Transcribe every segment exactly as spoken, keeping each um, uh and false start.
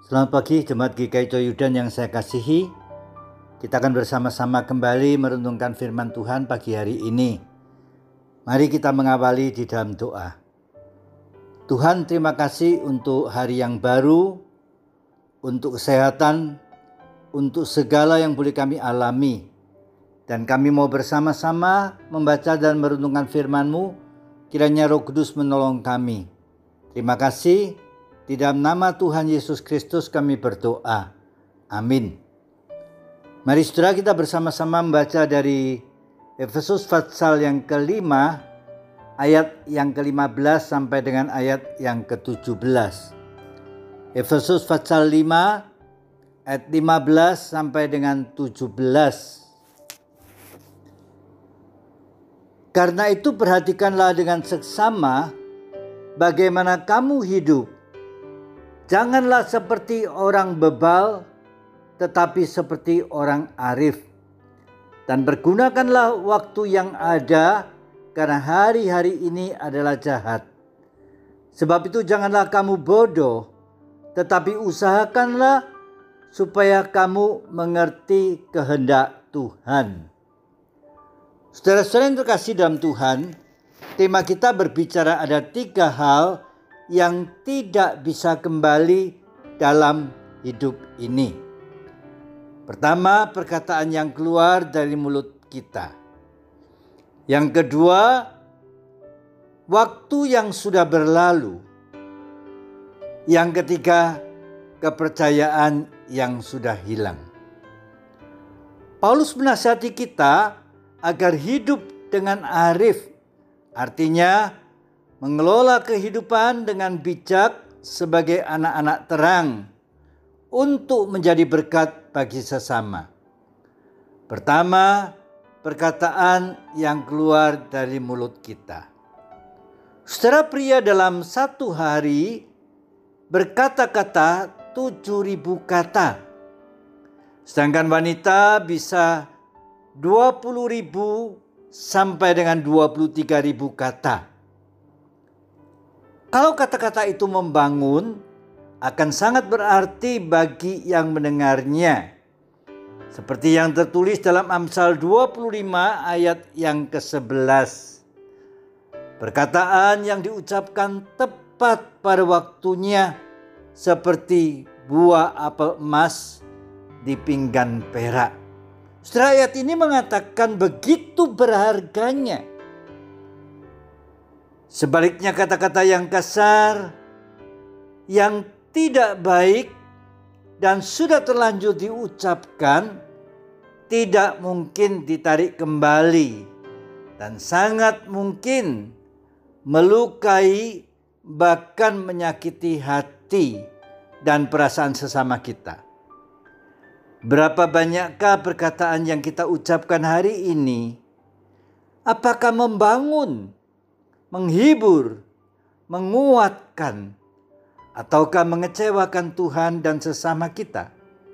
Selamat pagi Jemaat G K I Coyudan yang saya kasihi. Kita akan bersama-sama kembali merenungkan firman Tuhan pagi hari ini. Mari kita mengawali di dalam doa. Tuhan, terima kasih untuk hari yang baru, untuk kesehatan, untuk segala yang boleh kami alami. Dan kami mau bersama-sama membaca dan merenungkan firman-Mu. Kiranya Roh Kudus menolong kami. Terima kasih. Di dalam nama Tuhan Yesus Kristus kami berdoa. Amin. Mari saudara kita bersama-sama membaca dari Efesus pasal yang kelima, ayat yang kelima belas sampai dengan ayat yang ketujuh belas. Efesus pasal lima, ayat lima belas sampai dengan tujuh belas. Karena itu perhatikanlah dengan seksama bagaimana kamu hidup. Janganlah seperti orang bebal, tetapi seperti orang arif. Dan bergunakanlah waktu yang ada, karena hari-hari ini adalah jahat. Sebab itu janganlah kamu bodoh, tetapi usahakanlah supaya kamu mengerti kehendak Tuhan. Saudara-saudara yang terkasih dalam Tuhan, tema kita berbicara ada tiga hal yang tidak bisa kembali dalam hidup ini. Pertama, perkataan yang keluar dari mulut kita. Yang kedua, waktu yang sudah berlalu. Yang ketiga, kepercayaan yang sudah hilang. Paulus menasihati kita agar hidup dengan arif, artinya mengelola kehidupan dengan bijak sebagai anak-anak terang untuk menjadi berkat bagi sesama. Pertama, perkataan yang keluar dari mulut kita. Saudara, pria dalam satu hari berkata-kata tujuh ribu kata. Sedangkan wanita bisa dua puluh ribu sampai dengan dua puluh tiga ribu kata. Kalau kata-kata itu membangun, akan sangat berarti bagi yang mendengarnya. Seperti yang tertulis dalam Amsal dua puluh lima ayat yang kesebelas. Perkataan yang diucapkan tepat pada waktunya seperti buah apel emas di pinggan perak. Saudara, ayat ini mengatakan begitu berharganya. Sebaliknya kata-kata yang kasar, yang tidak baik dan sudah terlanjur diucapkan tidak mungkin ditarik kembali dan sangat mungkin melukai bahkan menyakiti hati dan perasaan sesama kita. Berapa banyakkah perkataan yang kita ucapkan hari ini? Apakah membangun, menghibur, menguatkan, ataukah mengecewakan Tuhan dan sesama kita?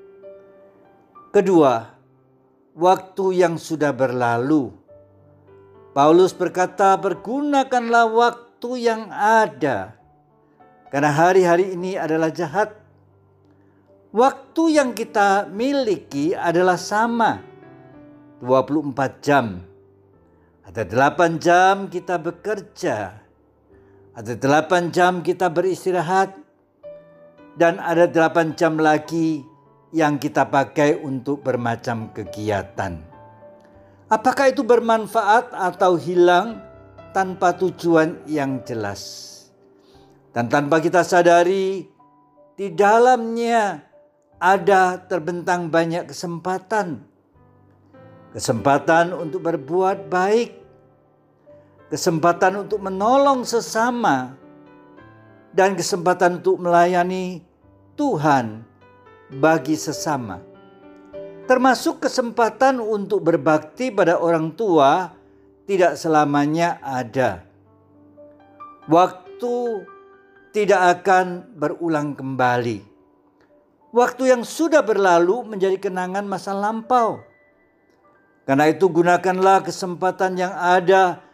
Kedua, waktu yang sudah berlalu. Paulus berkata, pergunakanlah waktu yang ada, karena hari-hari ini adalah jahat. Waktu yang kita miliki adalah sama, dua puluh empat jam. Ada delapan jam kita bekerja, ada delapan jam kita beristirahat, dan ada delapan jam lagi yang kita pakai untuk bermacam kegiatan. Apakah itu bermanfaat atau hilang tanpa tujuan yang jelas? Dan tanpa kita sadari, di dalamnya ada terbentang banyak kesempatan. Kesempatan untuk berbuat baik, kesempatan untuk menolong sesama, dan kesempatan untuk melayani Tuhan bagi sesama. Termasuk kesempatan untuk berbakti pada orang tua tidak selamanya ada. Waktu tidak akan berulang kembali. Waktu yang sudah berlalu menjadi kenangan masa lampau. Karena itu gunakanlah kesempatan yang ada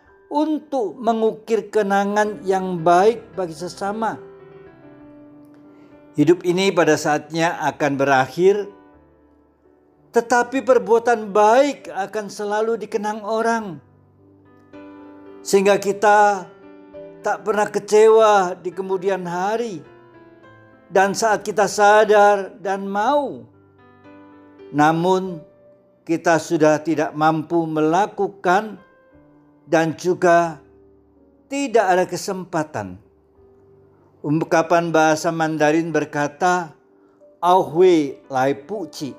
untuk mengukir kenangan yang baik bagi sesama. Hidup ini pada saatnya akan berakhir, tetapi perbuatan baik akan selalu dikenang orang. Sehingga kita tak pernah kecewa di kemudian hari. Dan saat kita sadar dan mau, namun kita sudah tidak mampu melakukan dan juga tidak ada kesempatan. Ungkapan bahasa Mandarin berkata, "Ao hui lai pu qi,"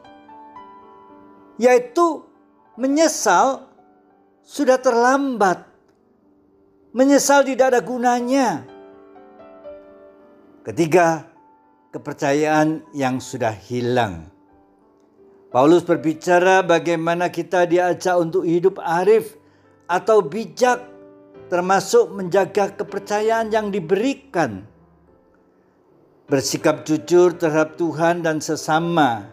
yaitu menyesal sudah terlambat. Menyesal tidak ada gunanya. Ketiga, kepercayaan yang sudah hilang. Paulus berbicara bagaimana kita diajak untuk hidup arif atau bijak, termasuk menjaga kepercayaan yang diberikan. Bersikap jujur terhadap Tuhan dan sesama.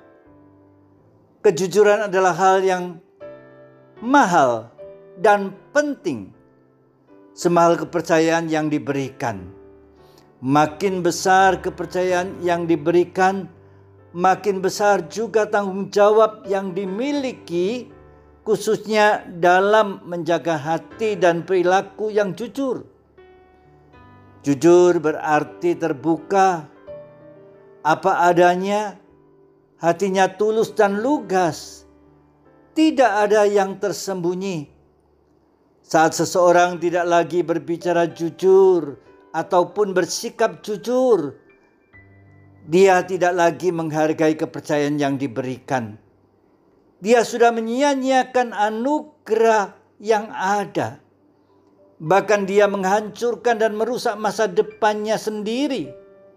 Kejujuran adalah hal yang mahal dan penting, semahal kepercayaan yang diberikan. Makin besar kepercayaan yang diberikan, makin besar juga tanggung jawab yang dimiliki, khususnya dalam menjaga hati dan perilaku yang jujur. Jujur berarti terbuka, apa adanya, hatinya tulus dan lugas. Tidak ada yang tersembunyi. Saat seseorang tidak lagi berbicara jujur ataupun bersikap jujur, dia tidak lagi menghargai kepercayaan yang diberikan. Dia sudah menyia-nyiakan anugerah yang ada. Bahkan dia menghancurkan dan merusak masa depannya sendiri.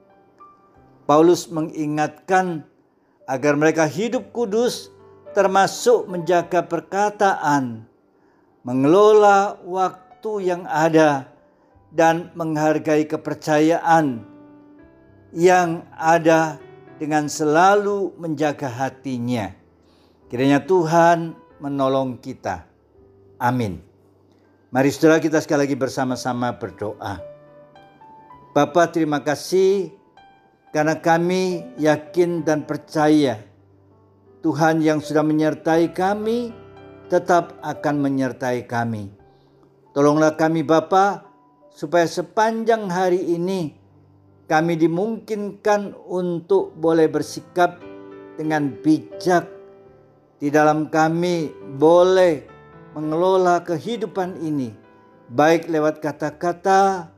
Paulus mengingatkan agar mereka hidup kudus, termasuk menjaga perkataan, mengelola waktu yang ada, dan menghargai kepercayaan yang ada dengan selalu menjaga hatinya. Kiranya Tuhan menolong kita. Amin. Mari saudara kita sekali lagi bersama-sama berdoa. Bapa, terima kasih karena kami yakin dan percaya Tuhan yang sudah menyertai kami tetap akan menyertai kami. Tolonglah kami Bapa, supaya sepanjang hari ini kami dimungkinkan untuk boleh bersikap dengan bijak. Di dalam kami boleh mengelola kehidupan ini, baik lewat kata-kata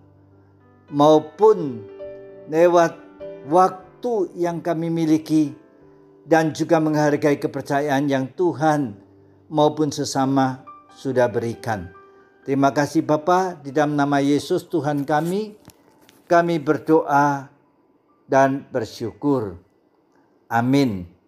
maupun lewat waktu yang kami miliki, dan juga menghargai kepercayaan yang Tuhan maupun sesama sudah berikan. Terima kasih Bapa, di dalam nama Yesus Tuhan kami, kami berdoa dan bersyukur. Amin.